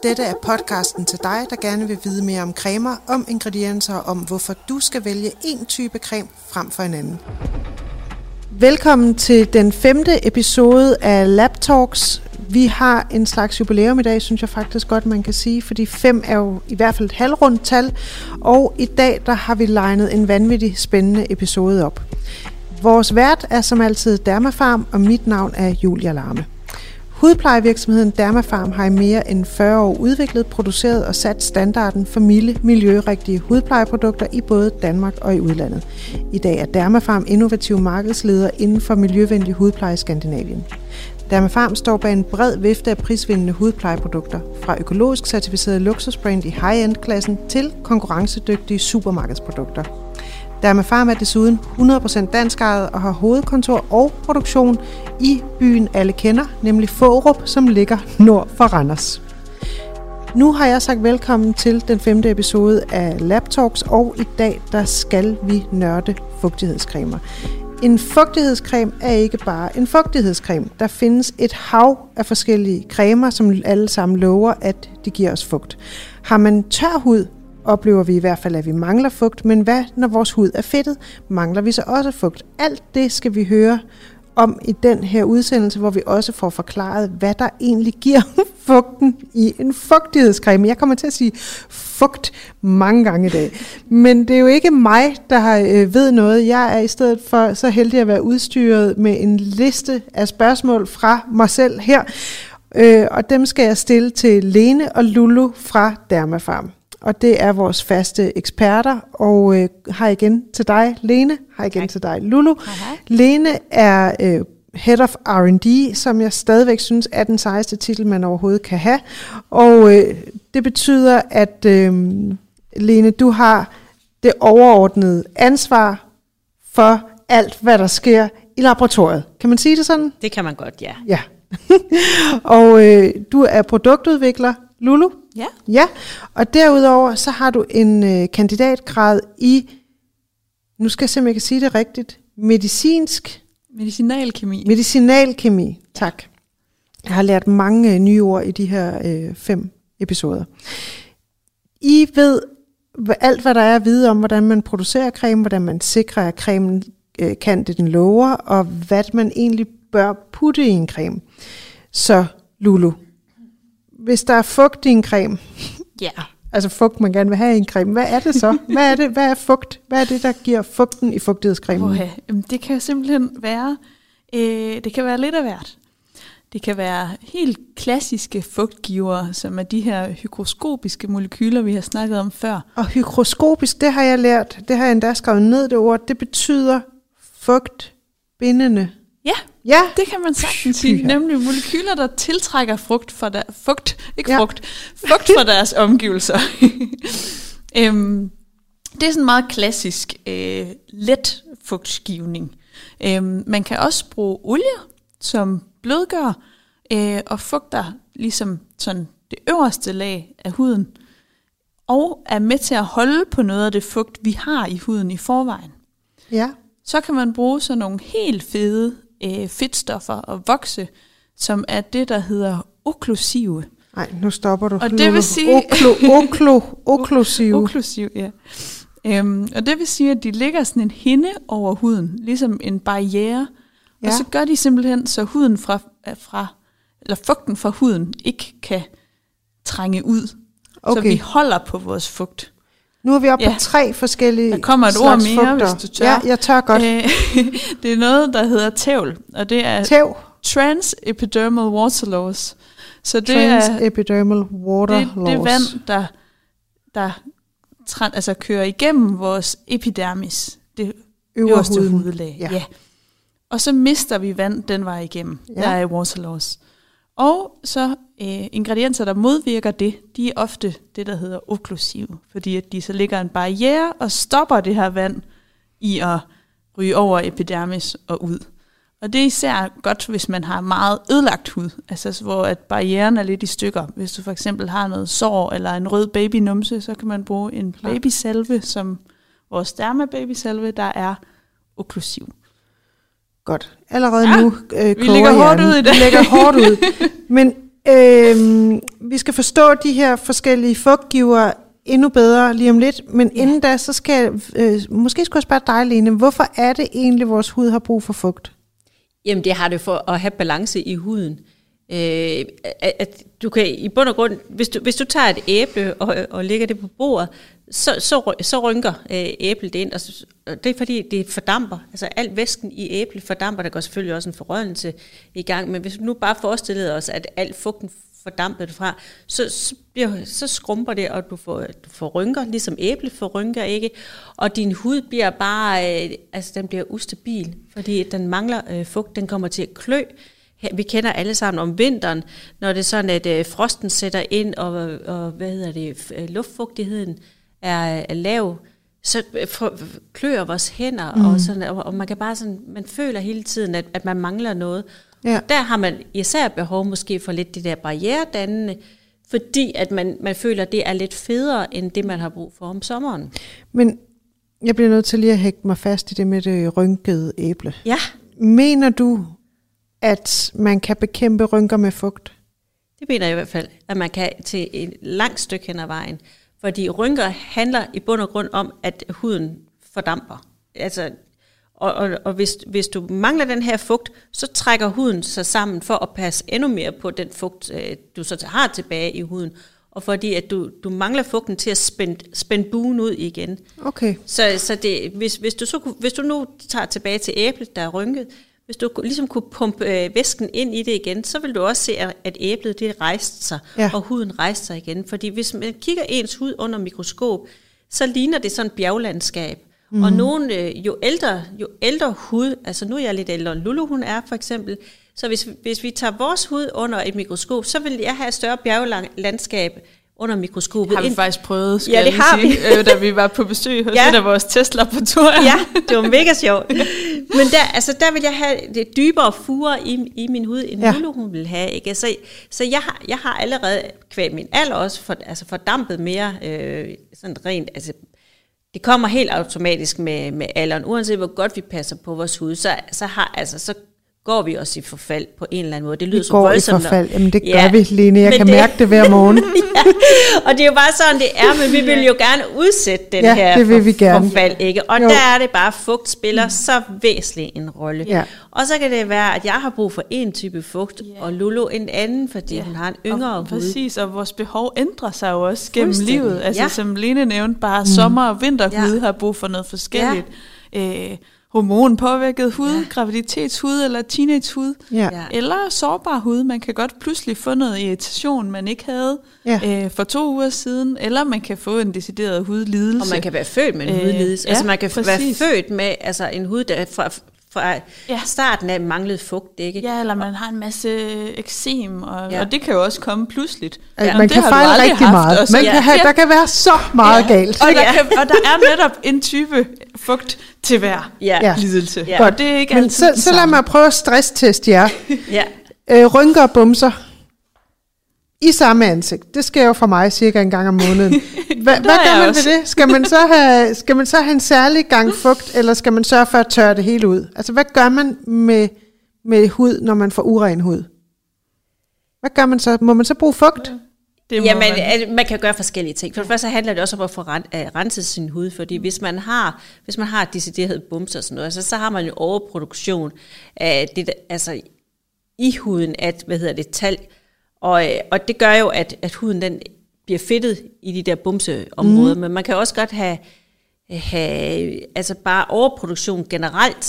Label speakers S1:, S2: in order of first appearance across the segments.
S1: Dette er podcasten til dig, der gerne vil vide mere om cremer, om ingredienser og om hvorfor du skal vælge en type creme frem for en anden. Velkommen til den 5. episode af Lab Talks. Vi har en slags jubilæum i dag, synes jeg faktisk godt, man kan sige, fordi 5 er jo i hvert fald et halvrundt tal, og i dag der har vi legnet en vanvittig spændende episode op. Vores vært er som altid Dermafarm, og mit navn er Julia Larme. Hudplejevirksomheden Dermafarm har i mere end 40 år udviklet, produceret og sat standarden for milde, miljørigtige hudplejeprodukter i både Danmark og i udlandet. I dag er Dermafarm innovativ markedsleder inden for miljøvenlig hudpleje i Skandinavien. Dermafarm står bag en bred vifte af prisvindende hudplejeprodukter, fra økologisk certificeret luksusbrand i high-end-klassen til konkurrencedygtige supermarkedsprodukter. Dermafarm er desuden 100% danskejet og har hovedkontor og produktion i byen alle kender, nemlig Fårup, som ligger nord for Randers. Nu har jeg sagt velkommen til den 5. episode af Lab Talks, og i dag der skal vi nørde fugtighedscremer. En fugtighedscreme er ikke bare en fugtighedscreme. Der findes et hav af forskellige cremer, som alle sammen lover, at de giver os fugt. Har man tør hud, oplever vi i hvert fald, at vi mangler fugt, men hvad når vores hud er fedtet? Mangler vi så også fugt? Alt det skal vi høre om i den her udsendelse, hvor vi også får forklaret, hvad der egentlig giver fugten i en fugtighedscreme. Jeg kommer til at sige fugt mange gange i dag, men det er jo ikke mig, der ved noget. Jeg er i stedet for så heldig at være udstyret med en liste af spørgsmål fra mig selv her, og dem skal jeg stille til Lene og Lulu fra Dermafarm. Og det er vores faste eksperter, og hej igen til dig, Lene. Hej igen til dig, Lulu.
S2: Hej.
S1: Lene er Head of R&D, som jeg stadigvæk synes er den sejeste titel, man overhovedet kan have. Og det betyder, at Lene, du har det overordnede ansvar for alt, hvad der sker i laboratoriet. Kan man sige det sådan?
S2: Det kan man godt, ja.
S1: Ja. Og du er produktudvikler, Lulu?
S2: Ja.
S1: Ja, og derudover så har du en kandidatgrad i, nu skal jeg se, om jeg kan sige det rigtigt, Medicinalkemi, tak. Jeg har lært mange nye ord i de her 5 episoder. I ved alt, hvad der er at vide om, hvordan man producerer creme, hvordan man sikrer, at cremen kan det, den lover, og hvad man egentlig bør putte i en creme. Så Lulu, hvis der er fugt i en creme,
S2: ja.
S1: Altså fugt, man gerne vil have i en creme, hvad er det så? Hvad er fugt? Hvad er det, der giver fugten i fugtighedscremen?
S2: Det kan simpelthen være, det kan være lidt af hvert. Det kan være helt klassiske fugtgivere, som er de her hygroskopiske molekyler, vi har snakket om før. Og
S1: hygroskopisk, det har jeg lært, det har jeg endda skrevet ned det ord, det betyder fugtbindende.
S2: Ja, det kan man sagtens sige. Nemlig molekyler, der tiltrækker fugt fra deres omgivelser. Det er sådan meget klassisk let fugtgivning. Man kan også bruge olie som blødgør og fugter ligesom sådan det øverste lag af huden, og er med til at holde på noget af det fugt, vi har i huden i forvejen.
S1: Ja.
S2: Så kan man bruge sådan nogle helt fede fedtstoffer og vokse, som er det, der hedder okklusive.
S1: Nej, nu stopper du.
S2: Og det vil sige
S1: okklusive.
S2: Okklusiv, ja. Og det vil sige, at de ligger sådan en hinde over huden, ligesom en barriere, og så gør de simpelthen, så huden eller fugten fra huden ikke kan trænge ud. Okay. Så vi holder på vores fugt.
S1: Nu er vi oppe på 3 forskellige slags fugter.
S2: Der kommer et ord mere, hvis du tør.
S1: Ja, jeg tør godt.
S2: Det er noget, der hedder tævl, og det er transepidermal water loss. Så det
S1: transepidermal water loss.
S2: Det er vand, der kører igennem vores epidermis, det øverste hudlag. Ja. Og så mister vi vand den vej igennem. Ja. Der er water loss. Og så ingredienser, der modvirker det, de er ofte det, der hedder okklusive, fordi at de så ligger en barriere og stopper det her vand i at ryge over epidermis og ud. Og det er især godt, hvis man har meget ødelagt hud, altså hvor at barrieren er lidt i stykker. Hvis du for eksempel har noget sår eller en rød babynumse, så kan man bruge en babysalve, som vores dermababysalve, der er okklusiv.
S1: Godt. Allerede nu
S2: vi lægger hårdt ud i det.
S1: Vi lægger hårdt ud. Men Vi skal forstå de her forskellige fugtgiver endnu bedre lige om lidt, men inden da, så skal måske skulle jeg spørge dig, Lene, hvorfor er det egentlig, vores hud har brug for fugt?
S3: Jamen det har det for at have balance i huden. At du kan i bund og grund, hvis du tager et æble og lægger det på bordet, så rynker æblet ind, og det er fordi det fordamper, altså al væsken i æblet fordamper. Der går selvfølgelig også en forrådnelse i gang, men hvis vi nu bare forestillede os, at al fugten fordampet fra, så skrumper det, og du får rynker, ligesom æblet får rynker, ikke? Og din hud bliver bare, altså den bliver ustabil, fordi den mangler fugt, den kommer til at klø. Vi kender alle sammen om vinteren, når det er sådan, at frosten sætter ind, og luftfugtigheden er lav, så klør vores hænder, og sådan, og man kan bare sådan, man føler hele tiden, at man mangler noget. Ja. Der har man især behov måske for lidt det der barrieredannende, fordi at man føler, at det er lidt federe, end det man har brug for om sommeren.
S1: Men jeg bliver nødt til lige at hægte mig fast i det med det rynkede æble.
S3: Ja.
S1: Mener du, at man kan bekæmpe rynker med fugt?
S3: Det mener jeg i hvert fald, at man kan til et langt stykke hen ad vejen. Fordi rynker handler i bund og grund om, at huden fordamper. Altså, og hvis du mangler den her fugt, så trækker huden sig sammen for at passe endnu mere på den fugt, du så har tilbage i huden. Og fordi at du mangler fugten til at spænde buen ud igen. Okay. Så det, hvis du nu tager tilbage til æblet, der er rynket, hvis du ligesom kunne pumpe væsken ind i det igen, så vil du også se, at æblet det rejste sig, og huden rejste sig igen. Fordi hvis man kigger ens hud under mikroskop, så ligner det sådan et bjerglandskab. Og jo ældre hud, altså nu er jeg lidt ældre end Lulu, hun er for eksempel, så hvis vi tager vores hud under et mikroskop, så vil jeg have et større bjerglandskab under mikroskopet.
S2: Har vi faktisk prøvet, skal
S3: det har vi.
S2: Da vi var på besøg hos et af vores testlaboratorier.
S3: Ja, det var mega sjovt. Men der vil jeg have det dybere furer i min hud, end Lulu hun vil have. Ikke? Så jeg har allerede kvæg min alder også fordampet mere sådan rent. Altså, det kommer helt automatisk med alderen. Uanset hvor godt vi passer på vores hud, så går vi også i forfald på en eller anden måde. Det lyder så voldsomt.
S1: Vi går i forfald. Jamen det gør vi, Lene. Jeg kan mærke det hver morgen.
S3: Og det er jo bare sådan, det er, men vi vil jo gerne udsætte den her forfald. Ikke? Og der er det bare, fugt spiller så væsentlig en rolle. Ja. Og så kan det være, at jeg har brug for en type fugt, og Lulu en anden, fordi hun har en yngre hud.
S2: Præcis, og vores behov ændrer sig jo også gennem livet. Altså som Lene nævnte, bare sommer- og vinterhud har brug for noget forskelligt. Hormonpåvirket hud, graviditetshud eller teenagehud, eller sårbar hud. Man kan godt pludselig få noget irritation, man ikke havde for 2 uger siden, eller man kan få en decideret hudlidelse.
S3: Og man kan være født med en hudlidelse. Altså man kan være født med en hud, der fra starten af manglede fugt, ikke?
S2: Ja, eller man har en masse eksem, og det kan jo også komme pludseligt.
S1: Man kan fejle rigtig meget. Der kan være så meget galt.
S2: Og der er netop en type fugt til hver lidelse.
S1: Ja. Godt.
S2: Det er ikke
S1: men så lad mig prøve at stressteste jer. Rynker og bumser i samme ansigt. Det sker jo for mig cirka en gang om måneden. Hvad gør man ved det? Skal man så have en særlig gang fugt, eller skal man sørge for at tørre det hele ud? Altså, hvad gør man med hud, når man får uren hud? Hvad gør man så? Må man så bruge fugt?
S3: Man kan gøre forskellige ting. For det første handler det også om at få renset sin hud, fordi hvis man har decideret bumser og sådan noget, så har man jo overproduktion af det, altså i huden af, talg. Og det gør jo, at huden den bliver fedtet i de der bumseområder, men man kan også godt have altså bare overproduktion generelt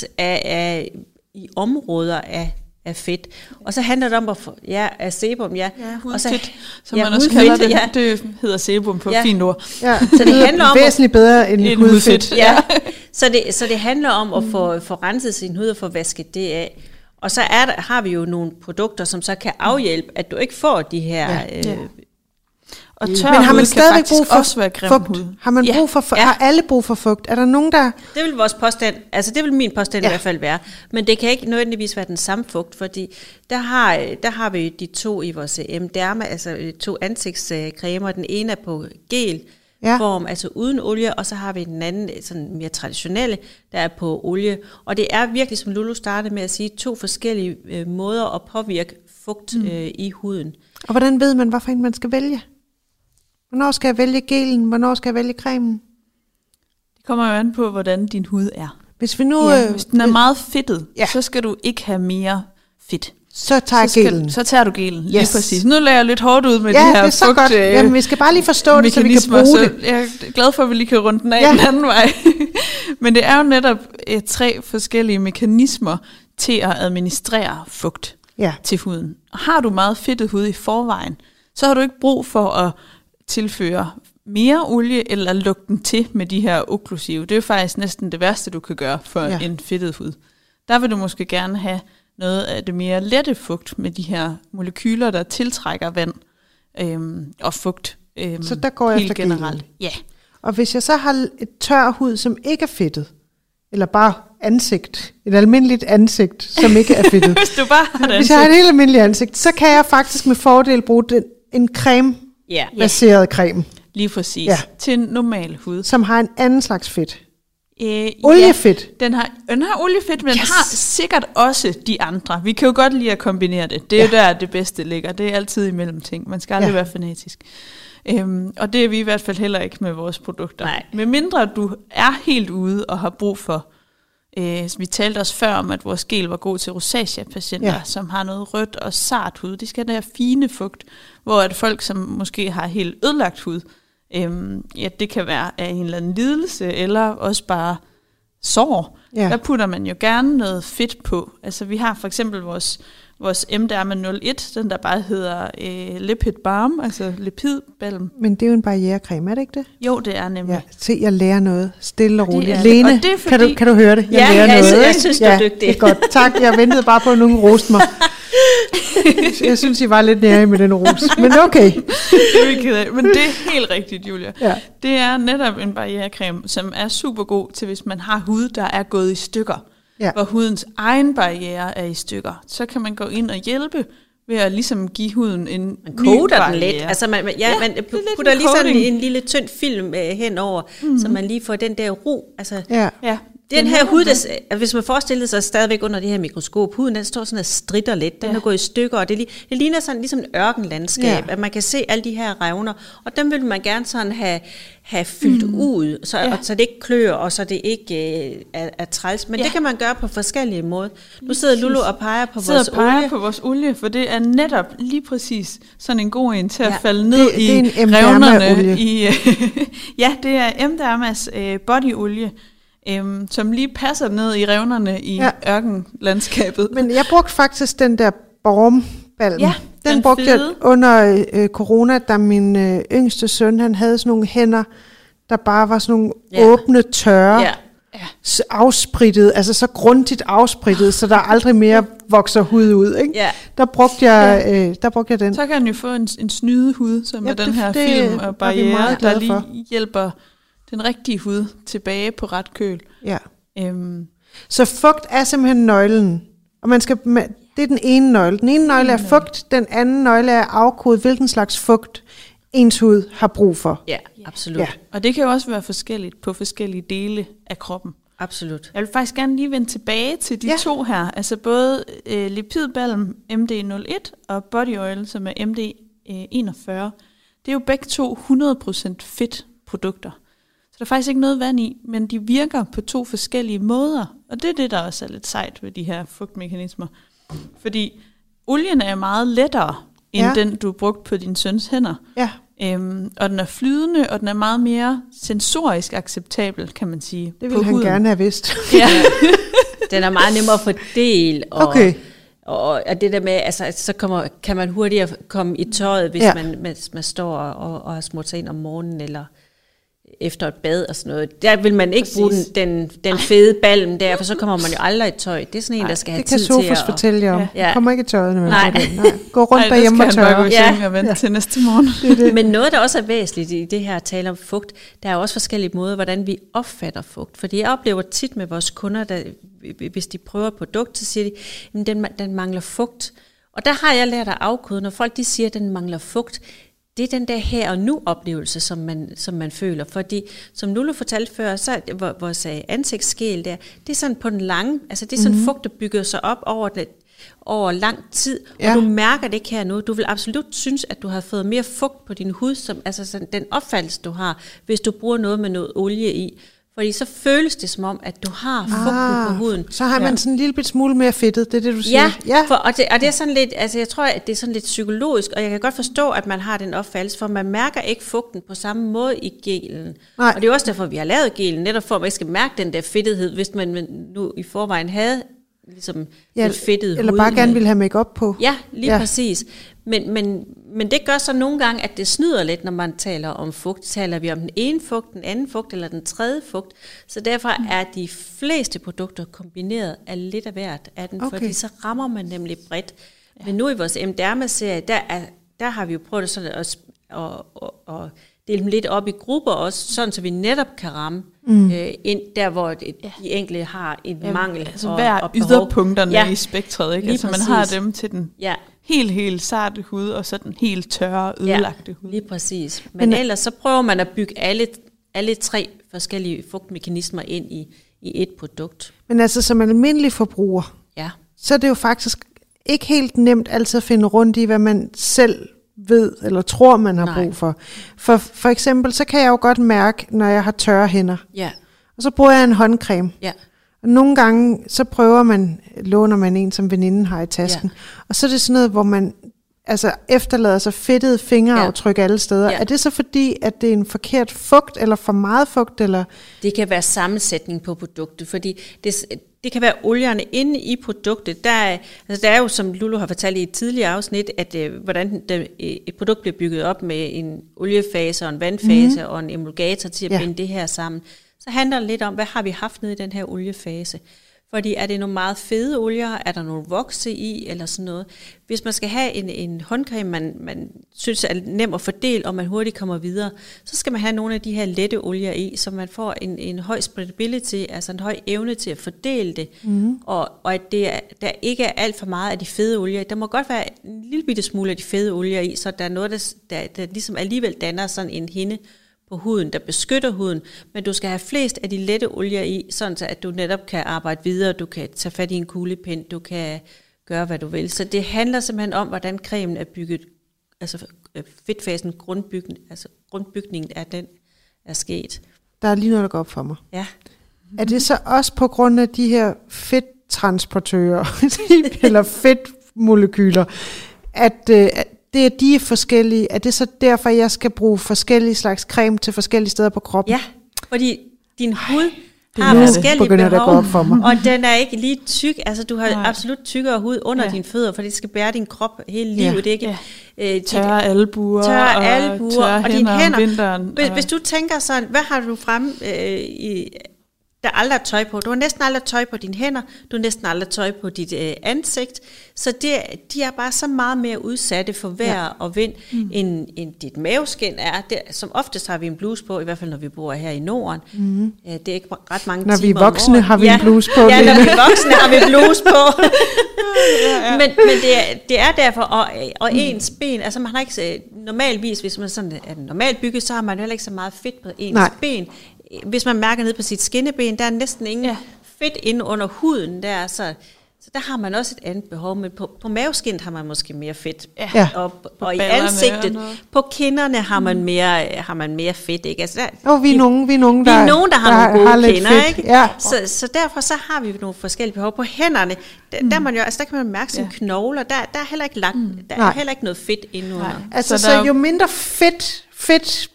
S3: i områder af fedt. Og så handler det om at få, af sebum,
S2: hudfedt, som man også kalder det. Det hedder sebum på fint ord.
S1: Ja. Så det handler om væsentligt bedre end hudfedt.
S3: Ja. Så det handler om at få renset sin hud og få vasket det af. Og så har vi jo nogle produkter, som så kan afhjælpe, at du ikke får de her...
S2: Og tør men har man stadigvæk brug for fugt?
S1: Har man brug for har alle brug for fugt? Er der nogen, der...
S3: Det vil vores påstand, altså det vil min påstand i hvert fald være. Men det kan ikke nødvendigvis være den samme fugt, fordi der har vi de 2 i vores M-derma, altså 2 ansigtscremer. Den ene er på gel form, altså uden olie, og så har vi den anden sådan mere traditionelle, der er på olie. Og det er virkelig, som Lulu startede med at sige, 2 forskellige måder at påvirke fugt i huden.
S1: Og hvordan ved man, hvorfor en man skal vælge? Hvornår skal jeg vælge gelen? Hvornår skal jeg vælge cremen?
S2: Det kommer jo an på, hvordan din hud er.
S1: Hvis den
S2: er meget fedtet, så skal du ikke have mere fedt.
S1: Så tager jeg gelen.
S2: Så tager du gelen, lige præcis. Nu lader jeg lidt hårdt ud med de her
S1: det er så
S2: fugt.
S1: Godt. Jamen, vi skal bare lige forstå det, så vi kan bruge det.
S2: Jeg er glad for, at vi lige kan runde den af den anden vej. Men det er jo netop 3 forskellige mekanismer til at administrere fugt til huden. Og har du meget fedtet hud i forvejen, så har du ikke brug for at tilføre mere olie eller lukke den til med de her okklusive. Det er jo faktisk næsten det værste, du kan gøre for en fedtet hud. Der vil du måske gerne have noget af det mere lette fugt med de her molekyler, der tiltrækker vand og fugt.
S1: Så der går jeg efter generelt.
S2: Ja.
S1: Og hvis jeg så har et tør hud, som ikke er fedtet, eller bare ansigt, et almindeligt ansigt, som ikke er fedtet.
S2: Hvis du bare har et ansigt.
S1: Hvis jeg har et helt almindeligt ansigt, så kan jeg faktisk med fordel bruge en creme-baseret creme.
S2: Lige præcis. Ja. Til en normal hud.
S1: Som har en anden slags fedt. Oliefedt.
S2: Ja, den har oliefedt, men den har sikkert også de andre. Vi kan jo godt lide at kombinere det. Det er jo der, det bedste ligger. Det er altid imellem ting. Man skal aldrig være fanatisk. Og det er vi i hvert fald heller ikke med vores produkter.
S3: Nej.
S2: Med mindre du er helt ude og har brug for, vi talte også før om, at vores gel var god til rosacea-patienter, som har noget rødt og sart hud. De skal have fine fugt, hvor at folk, som måske har helt ødelagt hud, det kan være af en eller anden lidelse, eller også bare sår. Der putter man jo gerne noget fedt på. Altså vi har for eksempel vores M-Derma 01, den der bare hedder Lipid Balm, altså lipidbalm.
S1: Men det er jo en barrierecreme, er det ikke det?
S2: Jo, det er nemlig.
S1: Ja, se, jeg lærer noget stille og roligt.
S2: Lene,
S1: og fordi... kan du høre det? Jeg lærer noget,
S3: jeg synes, du er dygtig.
S1: Det er godt. Tak, jeg ventede bare på, at nogen roste mig. Jeg synes, I var lidt nære med den ros. Men okay.
S2: Men det er helt rigtigt, Julia. Ja. Det er netop en barrierecreme, som er super god til, hvis man har hud, der er gået i stykker. Hvor hudens egen barriere er i stykker. Så kan man gå ind og hjælpe ved at ligesom give huden en ny barriere.
S3: Den lidt. Altså man putter lige sådan en lille tynd film henover, så man lige får den der ro. Altså, den her hud, hvis man forestiller sig stadigvæk under det her mikroskop, huden den står sådan og stritter lidt, den er gået i stykker, og det ligner sådan ligesom et ørkenlandskab, at man kan se alle de her revner, og dem vil man gerne sådan have fyldt ud, så det ikke klør, og så det ikke er træls. Men det kan man gøre på forskellige måder. Nu sidder Lulu og peger på vores olie.
S2: For det er netop lige præcis sådan en god en til at falde ned i revnerne. Det er M-Dermas bodyolie, som lige passer ned i revnerne i ørkenlandskabet.
S1: Men jeg brugte faktisk den der Balm. Den brugte jeg under corona, da min yngste søn, han havde sådan nogle hænder, der bare var sådan nogle åbne, tørre, afsprittet, altså så grundigt afsprittet, så der aldrig mere vokser hud ud. Ikke? Ja. Der brugte jeg den.
S2: Så kan han jo få en snyde hud, som er den her film og barriere, der lige hjælper den rigtige hud tilbage på ret køl.
S1: Ja. Så fugt er simpelthen nøglen. Og man skal, det er den ene nøgle. Den ene nøgle er fugt, den anden nøgle er afkode, hvilken slags fugt ens hud har brug for.
S3: Ja, absolut. Ja.
S2: Og det kan jo også være forskelligt på forskellige dele af kroppen.
S3: Absolut.
S2: Jeg vil faktisk gerne lige vende tilbage til de to her. Altså både lipidbalm MD01 og body oil, som er MD41. Det er jo begge to 100% fedt produkter. Så der er faktisk ikke noget vand i, men de virker på 2 forskellige måder. Og det er det, der også er lidt sejt ved de her fugtmekanismer. Fordi olien er meget lettere, end den, du har brugt på din søns hænder. Ja. Og den er flydende, og den er meget mere sensorisk acceptabel, kan man sige.
S1: Det ville han gerne have vidst.
S2: Ja.
S3: Den er meget nemmere at fordele. Og det der med, altså, så kan man hurtigere komme i tøjet, hvis man står og har smurt sig ind om morgenen, eller efter et bad og sådan noget. Der vil man ikke bruge den fede balm der, for så kommer man jo aldrig i tøj. Det er sådan en, der skal have tid til at...
S1: Det kan Sofus fortælle jer om. Ja. Kommer ikke i tøjet, når man gør det. Nej. Gå rundt derhjemme og tørre.
S2: Det skal han bare gå i seng og vente til næste morgen.
S3: Det. Men noget, der også er væsentligt i det her at tale om fugt, der er også forskellige måder, hvordan vi opfatter fugt. Fordi jeg oplever tit med vores kunder, der, hvis de prøver et produkt, så siger de, at den mangler fugt. Og der har jeg lært at afkode, når folk de siger, at den mangler fugt. Det er den der her og nu oplevelse, som man føler. Fordi, som Lulu fortalte før, så vores ansigtsskæl der, det er sådan på den lange, altså det er sådan fugt, der bygger sig op over over lang tid, og du mærker det ikke her nu. Du vil absolut synes, at du har fået mere fugt på din hud, som, altså den opfattelse, du har, hvis du bruger noget med noget olie i. Fordi så føles det som om, at du har fugten på huden.
S1: Så har man sådan en lille smule mere fedtet, det er det, du siger?
S3: Og det er sådan lidt, altså jeg tror, at det er sådan lidt psykologisk, og jeg kan godt forstå, at man har den opfattelse, for man mærker ikke fugten på samme måde i gelen. Nej. Og det er også derfor, vi har lavet gelen, netop for, at man ikke skal mærke den der fedtethed, hvis man nu i forvejen havde ligesom et fedtet hud.
S1: Eller bare gerne ville have make-up på.
S3: Ja, lige præcis. Men det gør så nogle gange, at det snyder lidt, når man taler om fugt. Taler vi om den ene fugt, den anden fugt eller den tredje fugt. Så derfor er de fleste produkter kombineret af lidt af hvert af den, fordi så rammer man nemlig bredt. Men nu i vores M-Derma-serie, der har vi jo prøvet sådan at dele dem lidt op i grupper også, sådan så vi netop kan ramme ind der, hvor de enkelte har en mangel
S2: altså hver yderpunkterne i spektret, ikke? Altså man har dem til den helt sarte hud, og så den helt tørre, ødelagte hud.
S3: Lige præcis. Men ellers så prøver man at bygge alle 3 forskellige fugtmekanismer ind i et produkt.
S1: Men altså som almindelig forbruger, så er det jo faktisk ikke helt nemt altid at finde rundt i, hvad man selv ved, eller tror, man har brug for. For eksempel, så kan jeg jo godt mærke, når jeg har tørre hænder. Ja. Og så bruger jeg en håndcreme. Ja. Og nogle gange, så låner man en, som veninden har i tasken. Ja. Og så er det sådan noget, hvor man efterlader sig fedtede fingeraftryk alle steder. Ja. Er det så fordi, at det er en forkert fugt, eller for meget fugt? Eller?
S3: Det kan være sammensætning på produktet, fordi det kan være olierne inde i produktet. Der er jo, som Lulu har fortalt i et tidligere afsnit, at hvordan et produkt bliver bygget op med en oliefase og en vandfase og en emulgator til at binde det her sammen. Så handler det lidt om, hvad har vi haft nede i den her oliefase. Fordi er det nogle meget fede olier, er der nogle vokse i, eller sådan noget. Hvis man skal have en håndcreme, man synes er nem at fordele, og man hurtigt kommer videre, så skal man have nogle af de her lette olier i, så man får en høj spreadability, altså en høj evne til at fordele det, og at der ikke er alt for meget af de fede olier. Der må godt være en lille bitte smule af de fede olier i, så der er noget, der ligesom alligevel danner sådan en hinde på huden, der beskytter huden, men du skal have flest af de lette olier i, sådan så at du netop kan arbejde videre, du kan tage fat i en kuglepind, du kan gøre, hvad du vil. Så det handler simpelthen om, hvordan cremen er bygget, altså fedtfasen, grundbygningen af den er sket.
S1: Der er lige noget, der går op for mig.
S3: Ja.
S1: Er det så også på grund af de her fedttransportører, eller fedtmolekyler, at de er forskellige? Er det så derfor, jeg skal bruge forskellige slags creme til forskellige steder på kroppen?
S3: Ja, fordi din hud har forskellige behov,
S1: for mig.
S3: Og den er ikke lige tyk. Altså, du har absolut tykkere hud under dine fødder, for det skal bære din krop hele livet. Det er ikke
S2: tørre albuer
S3: og dine hænder.
S2: Vinteren,
S3: hvis du tænker sådan, hvad har du fremme der aldrig er tøj på? Du har næsten aldrig tøj på dine hænder, du har næsten aldrig tøj på dit ansigt, så de er bare så meget mere udsatte for vejr og vind, end dit maveskin er. Som oftest har vi en bluse på, i hvert fald når vi bor her i Norden. Det er ikke ret mange
S1: når
S3: timer
S1: vi er voksne, har vi en bluse på.
S3: Ja, når vi er voksne, har vi bluse på. Men det er derfor, og ens ben, altså man har ikke normalvis, hvis man sådan er normalt bygget, så har man heller ikke så meget fedt på ens ben. Hvis man mærker ned på sit skinneben, der er næsten ingen fedt inde under huden der, så der har man også et andet behov, men på maveskinnet har man måske mere fedt. Ja. Og i ansigtet, på kinderne har man mere fedt, ikke? Altså
S1: vi er nogen,
S3: der har nogle gode kinder, ikke? Ja. Så derfor så har vi nogle forskellige behov. På hænderne, der kan man mærke sine knogler, der er heller ikke lagt, der er heller ikke noget fedt inde under.
S1: Altså så jo mindre fedt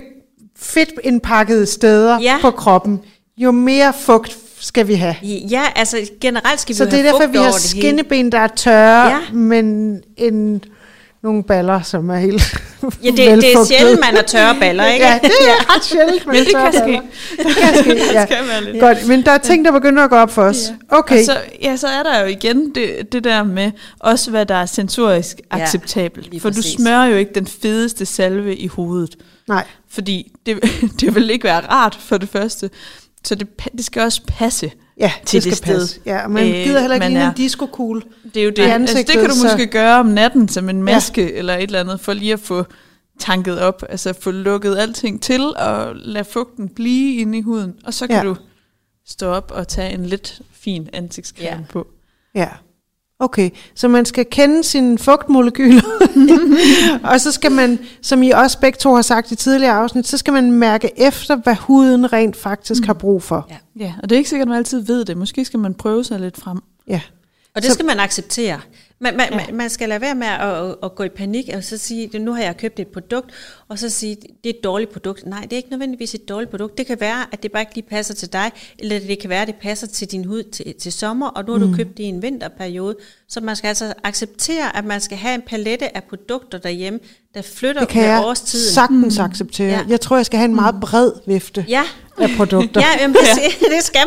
S1: indpakkede steder på kroppen, jo mere fugt skal vi have.
S3: Ja, altså generelt skal vi
S1: have fugt. Så det er derfor, vi har skinneben, der er tørre, men nogle baller, som er helt
S3: det er sjældent, man har tørre baller, ikke?
S1: Ja, det er ret sjældent,
S2: men det kan ske.
S1: Det kan ske, ja. Godt, men der er ting, der begynder at gå op for os. Okay.
S2: Og så er der jo igen det der med, også hvad der er sensorisk acceptabelt. For du smører jo ikke den fedeste salve i hovedet. Nej. Fordi det vil ikke være rart for det første. Så det skal også passe til det sted. Passe.
S1: Ja, og man gider heller ikke en disco-kugle.
S2: Det er jo det. Altså, det kan du måske gøre om natten som en maske eller et eller andet, for lige at få tanket op. Altså få lukket alting til og lade fugten blive inde i huden. Og så kan du stå op og tage en lidt fin ansigtscreme på.
S1: Ja. Okay, så man skal kende sine fugtmolekyler, og så skal man, som I også begge to har sagt i tidligere afsnit, så skal man mærke efter, hvad huden rent faktisk har brug for.
S2: Ja, og det er ikke sikkert, at man altid ved det. Måske skal man prøve sig lidt frem.
S1: Ja.
S3: Og det skal man acceptere. Man skal lade være med at gå i panik og så sige, nu har jeg købt et produkt, og så sige, det er et dårligt produkt. Nej, det er ikke nødvendigvis et dårligt produkt. Det kan være, at det bare ikke lige passer til dig, eller det kan være, at det passer til din hud til sommer, og nu har du købt det i en vinterperiode. Så man skal altså acceptere, at man skal have en palette af produkter derhjemme, der flytter med årstiden.
S1: Det kan jeg sagtens acceptere. Ja. Jeg tror, jeg skal have en meget bred vifte af produkter.
S3: Ja, jamen, det skal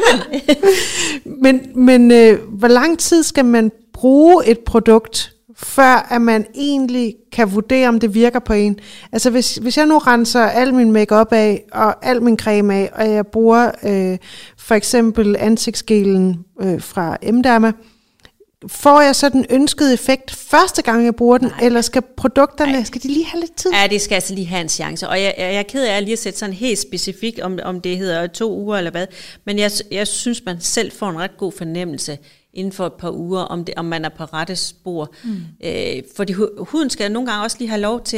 S3: man.
S1: Men hvor lang tid skal man bruge et produkt, før at man egentlig kan vurdere, om det virker på en? Altså hvis jeg nu renser al min makeup af, og al min creme af, og jeg bruger for eksempel ansigtsgelen fra M-Derma, får jeg så den ønskede effekt første gang, jeg bruger den, eller skal produkterne, skal de lige have lidt tid?
S3: Ja, det skal altså lige have en chance, og jeg er ked af at lige sætte sådan helt specifikt, om det hedder 2 uger eller hvad, men jeg synes, man selv får en ret god fornemmelse inden for et par uger, om man er på rette spor. Fordi huden skal nogle gange også lige have lov til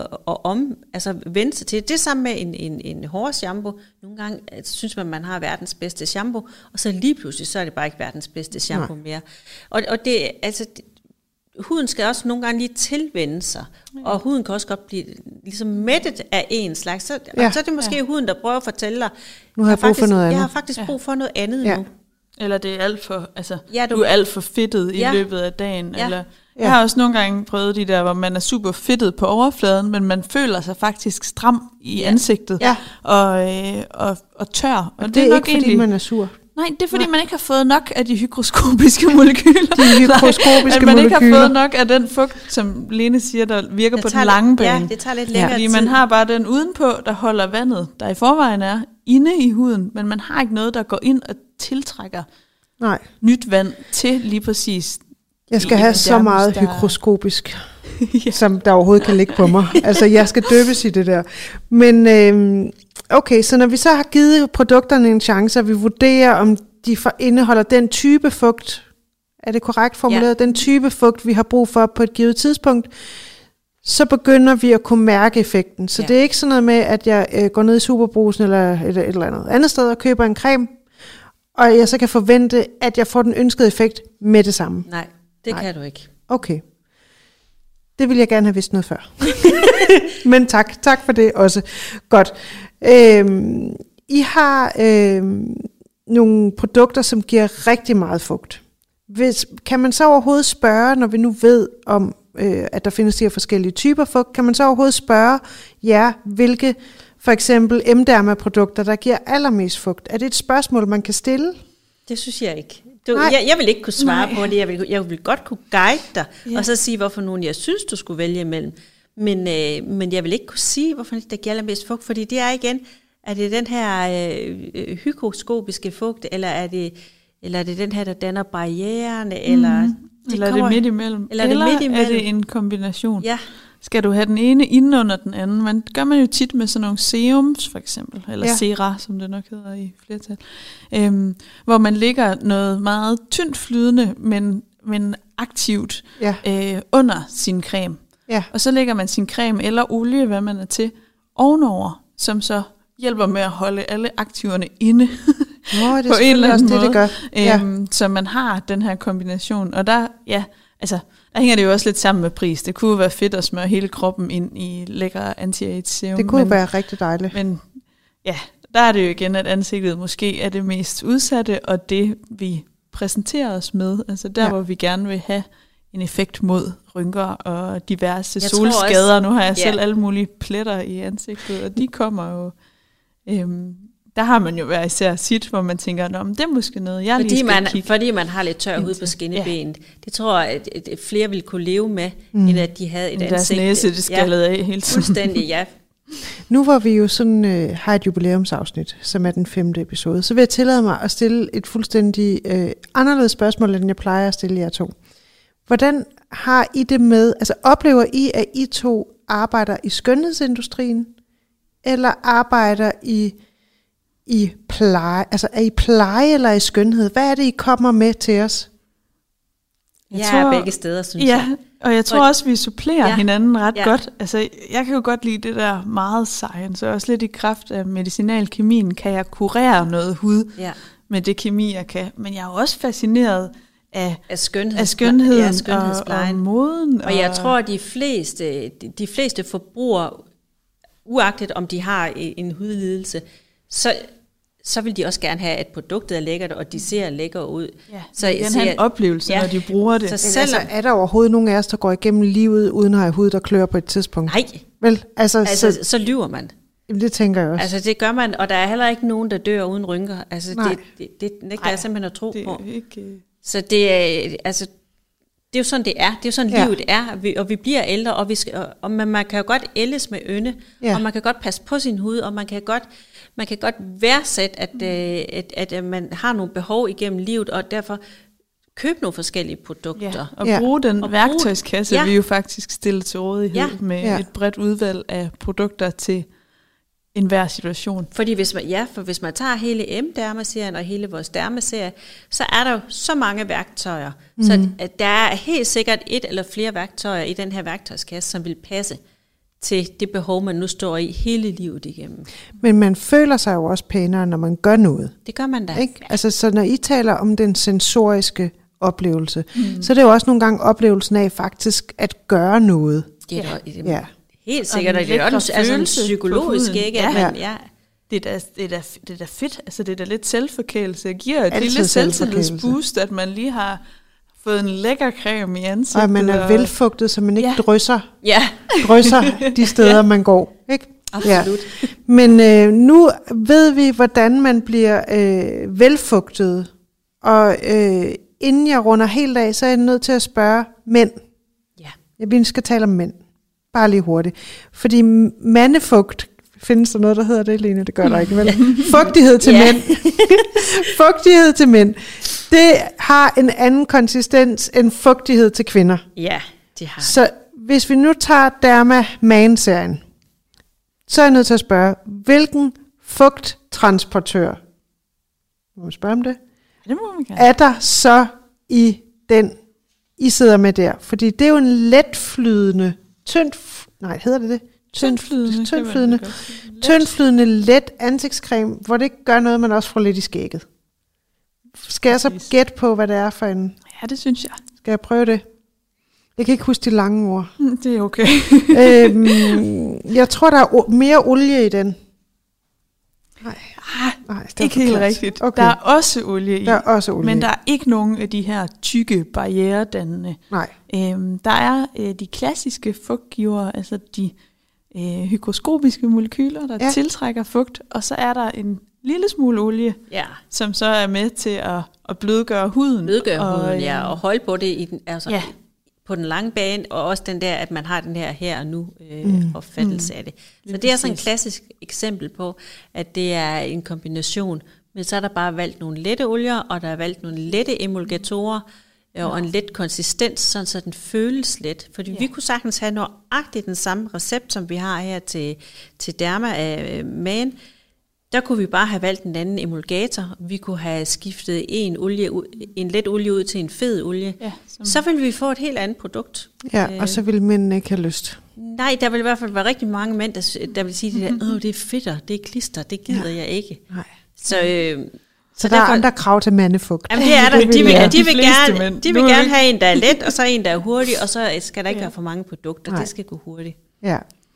S3: at vende sig til. Det er sammen med en hårshampoo. Nogle gange synes man har verdens bedste shampoo, og så lige pludselig, så er det bare ikke verdens bedste shampoo mere. Og det, altså, huden skal også nogle gange lige tilvende sig, og huden kan også godt blive ligesom mættet af en slags. Så er det måske huden, der prøver at fortælle dig,
S1: nu har jeg brug for noget andet.
S3: Jeg har faktisk brug for noget andet nu.
S2: Eller det er alt for, du er alt for fedtet i løbet af dagen.
S3: Ja.
S2: Eller, jeg har også nogle gange prøvet de der, hvor man er super fedtet på overfladen, men man føler sig faktisk stram i ansigtet og tør. Og
S1: det er nok ikke, fordi man er sur.
S2: Nej, det er fordi, man ikke har fået nok af de hygroskopiske molekyler.
S1: At
S2: man ikke har fået nok af den fugt, som Lene siger, der virker på den lange bane.
S3: Ja, det tager lidt længere tid.
S2: Fordi man har bare den udenpå, der holder vandet, der i forvejen er inde i huden, men man har ikke noget, der går ind og tiltrækker nyt vand til lige præcis. Jeg
S1: skal have så meget hygroskopisk, som der overhovedet kan ligge på mig. Altså, jeg skal døbes i det der. Men okay, så når vi så har givet produkterne en chance, og vi vurderer, om de indeholder den type fugt, er det korrekt formuleret, den type fugt, vi har brug for på et givet tidspunkt, så begynder vi at kunne mærke effekten. Så det er ikke sådan noget med, at jeg går ned i Superbrugsen eller et eller andet sted og køber en creme, og jeg så kan forvente, at jeg får den ønskede effekt med det samme.
S3: Nej, det kan du ikke.
S1: Okay. Det ville jeg gerne have vidst noget før. Men tak for det også. Godt. I har nogle produkter, som giver rigtig meget fugt. Kan man så overhovedet spørge, når vi nu ved om, at der findes de her forskellige typer fugt, kan man så overhovedet spørge hvilke for eksempel M-Derma-produkter, der giver allermest fugt? Er det et spørgsmål, man kan stille?
S3: Det synes jeg ikke. Jeg vil ikke kunne svare på det. Jeg vil godt kunne guide dig, og så sige, hvorfor nogen jeg synes, du skulle vælge imellem. Men jeg vil ikke kunne sige, hvorfor der giver allermest fugt, fordi det er igen, er det den her hygroskopiske fugt, eller er det den her, der danner barriererne, eller
S2: er det midt imellem? Eller er det en kombination?
S3: Ja.
S2: Skal du have den ene inden under den anden? Det gør man jo tit med sådan nogle serums, for eksempel, eller sera, som det nok hedder i flertal, hvor man lægger noget meget tyndt flydende, men aktivt under sin creme. Ja. Og så lægger man sin creme eller olie, hvad man er til, ovenover, som så hjælper med at holde alle aktiverne inde
S1: det på en eller anden måde. Det gør.
S2: Så man har den her kombination. Og der hænger det jo også lidt sammen med pris. Det kunne være fedt at smøre hele kroppen ind i lækker anti-age serum.
S1: Det kunne være rigtig dejligt.
S2: Men der er det jo igen, at ansigtet måske er det mest udsatte, og det vi præsenterer os med, altså der hvor vi gerne vil have en effekt mod rynker og diverse solskader. Også, nu har jeg selv alle mulige pletter i ansigtet, og de kommer jo... der har man jo hver især sit, hvor man tænker, det er måske noget, jeg lige skal kigge.
S3: Fordi man har lidt tør hud på skinnebenet. Det tror jeg, at flere ville kunne leve med, end at de havde et ansigt.
S2: Deres næse, det skallede af hele tiden.
S3: Fuldstændig, ja.
S1: Nu hvor vi jo sådan har et jubilæumsafsnit, som er den 5. episode, så vil jeg tillade mig at stille et fuldstændig anderledes spørgsmål, end jeg plejer at stille jer to. Hvordan har I det med, altså oplever I, at I to arbejder i skønhedsindustrien, eller arbejder i pleje, altså er I pleje eller i skønhed? Hvad er det, I kommer med til os?
S3: Jeg tror begge steder, synes jeg.
S2: Og jeg tror også, vi supplerer hinanden ret godt. Altså, jeg kan jo godt lide det der meget science, og også lidt i kraft af medicinalkemien, kan jeg kurere noget hud med det kemi, jeg kan. Men jeg er jo også fascineret af skønheden og moden.
S3: Og jeg tror, at de fleste forbrugere, uagtet om de har en hudlidelse, så vil de også gerne have, at produktet er lækkert, og de ser lækker ud.
S2: Ja, så den har en oplevelse, når de bruger det.
S1: Så selvom er der overhovedet nogen af os, der går igennem livet, uden at have hud, der klør på et tidspunkt?
S3: Nej.
S1: Vel,
S3: så lyver man.
S1: Jamen, det tænker jeg også.
S3: Altså, det gør man, og der er heller ikke nogen, der dør uden rynker. Altså, det nægter jeg simpelthen at tro på.
S2: Ikke.
S3: Så det er, altså, det er jo sådan, det er. Det er jo sådan, livet er, og vi bliver ældre, og man kan jo godt ældes med ynde, og man kan godt passe på sin hud, og man kan godt værdsætte, at man har nogle behov igennem livet, og derfor købe nogle forskellige produkter.
S2: Og bruge den værktøjskasse, vi jo faktisk stiller til rådighed med et bredt udvalg af produkter til enhver situation.
S3: Fordi hvis man tager hele M-dermaserien og hele vores dermaserie, så er der jo så mange værktøjer, så at der er helt sikkert et eller flere værktøjer i den her værktøjskasse, som vil passe til det behov, man nu står i hele livet igennem.
S1: Men man føler sig jo også pænere, når man gør noget.
S3: Det gør man da.
S1: Ikke? Altså, så når I taler om den sensoriske oplevelse, så er det jo også nogle gange oplevelsen af faktisk at gøre noget.
S3: Helt sikkert, og det er også altså psykologisk, ikke?
S2: Det er da fedt. Altså, det er da lidt selvforkælelse. Det giver et lille selvtillidsboost, at man lige har fået en lækker creme i ansigtet.
S1: Og man er velfugtet, så man ikke drysser de steder, man går. Ikke?
S3: Absolut.
S1: Ja. Men nu ved vi, hvordan man bliver velfugtet. Og inden jeg runder helt af, så er jeg nødt til at spørge mænd. Ja. Vi skal tale om mænd. Bare lige hurtigt. Fordi mandefugt, findes der noget, der hedder det, Lene? Det gør der ikke, vel? Fugtighed til mænd. Fugtighed til mænd. Det har en anden konsistens end fugtighed til kvinder.
S3: Ja, det har.
S1: Så hvis vi nu tager Derma-Man-serien, så er jeg nødt til at spørge, hvilken fugttransportør, må man spørge om det?
S2: Det må man gerne.
S1: Er der så i den, I sidder med der? Fordi det er jo en letflydende, tyndflydende let ansigtscreme, hvor det ikke gør noget, man også får lidt i skægget. Skal jeg så gætte på, hvad det er for en?
S2: Ja, det synes jeg.
S1: Skal jeg prøve det? Jeg kan ikke huske de lange ord.
S2: Det er okay.
S1: Jeg tror, der er mere olie i den. Nej,
S2: det er ikke helt rigtigt. Okay. Der er også olie i, men der er ikke nogen af de her tykke barrieredannende.
S1: Nej.
S2: Der er de klassiske fugtgivere, altså de hygroskopiske molekyler, der tiltrækker fugt, og så er der en lille smule olie, som så er med til at blødgøre huden.
S3: Og holde på det i den, på den lange bane, og også den der, at man har den her og nu opfattelse af det. Så det er sådan et klassisk eksempel på, at det er en kombination, men så er der bare valgt nogle lette olier, og der er valgt nogle lette emulgatorer, og en let konsistens, sådan så den føles let. Fordi vi kunne sagtens have nøjagtigt den samme recept, som vi har her til Derma-Man. Der kunne vi bare have valgt en anden emulgator. Vi kunne have skiftet en let olie ud til en fed olie. Ja, så ville vi få et helt andet produkt.
S1: Ja, og så ville mændene ikke have lyst.
S3: Nej, der vil i hvert fald være rigtig mange mænd, der vil sige det der, det er fedter, det er klister, det gider jeg ikke.
S1: Nej.
S3: Så
S1: der er andre krav til mandefugt.
S3: Jamen det er der. De vil gerne have en, der er let, og så en, der er hurtig, og så skal der ikke være for mange produkter. Nej. Det skal gå hurtigt.
S1: Ja.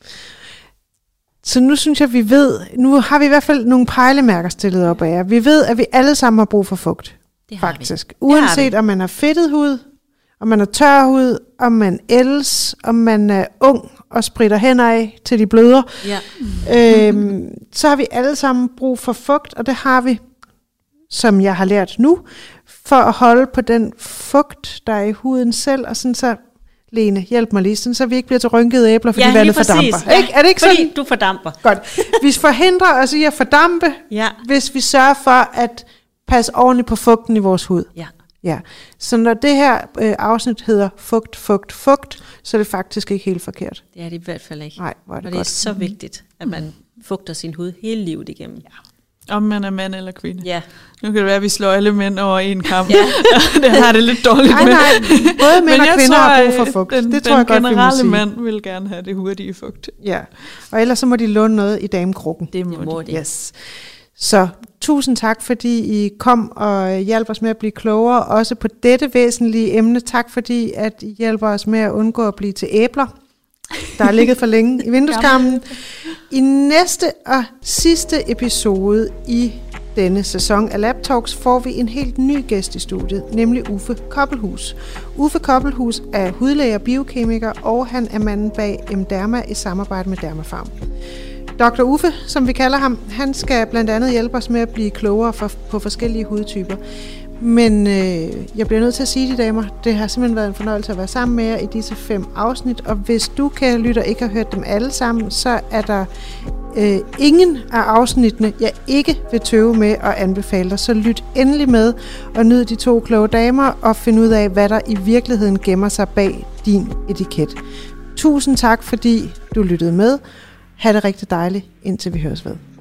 S1: Så nu synes jeg, vi ved, nu har vi i hvert fald nogle pejlemærker stillet op af jer. Vi ved, at vi alle sammen har brug for fugt.
S3: Det har
S1: faktisk. Vi. Uanset om man har fedtet hud, om man har tør hud, om man ældes, om man er ung og spritter hænder af til de bløder. Ja. Så har vi alle sammen brug for fugt, og det har vi, som jeg har lært nu, for at holde på den fugt, der er i huden selv, og sådan så, Lene, hjælp mig lige, sådan, så vi ikke bliver til rynkede æbler, fordi vandet fordamper.
S3: Ja,
S1: ikke? Er det ikke
S3: fordi
S1: sådan?
S3: Du fordamper.
S1: Godt. Vi forhindrer os i at fordampe, hvis vi sørger for at passe ordentligt på fugten i vores hud. Ja. Så når det her afsnit hedder fugt, så er det faktisk ikke helt forkert.
S3: Det er det i hvert fald ikke.
S1: Nej, hvor er det
S3: og det er så vigtigt, at man fugter sin hud hele livet igennem. Ja.
S2: Om man er mand eller kvinde.
S3: Ja.
S2: Nu kan det være, at vi slår alle mænd over en kamp. Ja. Det har det lidt dårligt med.
S1: Nej, både mænd og kvinder har brug for fugt.
S2: Det tror jeg godt, vi må sige. Den generelle mand vil gerne have det hurtige fugt.
S1: Ja, og ellers så må de låne noget i damekrukken.
S2: Det må de.
S1: Yes. Så tusind tak, fordi I kom og hjalp os med at blive klogere, også på dette væsentlige emne. Tak, fordi at I hjælper os med at undgå at blive til æbler, der har ligget for længe i vindueskarmen. I næste og sidste episode i denne sæson af Lab Talks får vi en helt ny gæst i studiet, nemlig Uffe Koppelhus. Uffe Koppelhus er hudlæge og biokemiker, og han er manden bag Mderma i samarbejde med Dermafarm. Dr. Uffe, som vi kalder ham, han skal blandt andet hjælpe os med at blive klogere på forskellige hudtyper. Men jeg bliver nødt til at sige de damer, det har simpelthen været en fornøjelse at være sammen med jer i disse 5 afsnit, og hvis du, kære lytter, ikke har hørt dem alle sammen, så er der ingen af afsnittene, jeg ikke vil tøve med at anbefale dig. Så lyt endelig med og nyd de 2 kloge damer og find ud af, hvad der i virkeligheden gemmer sig bag din etiket. Tusind tak, fordi du lyttede med. Ha' det rigtig dejligt, indtil vi høres ved.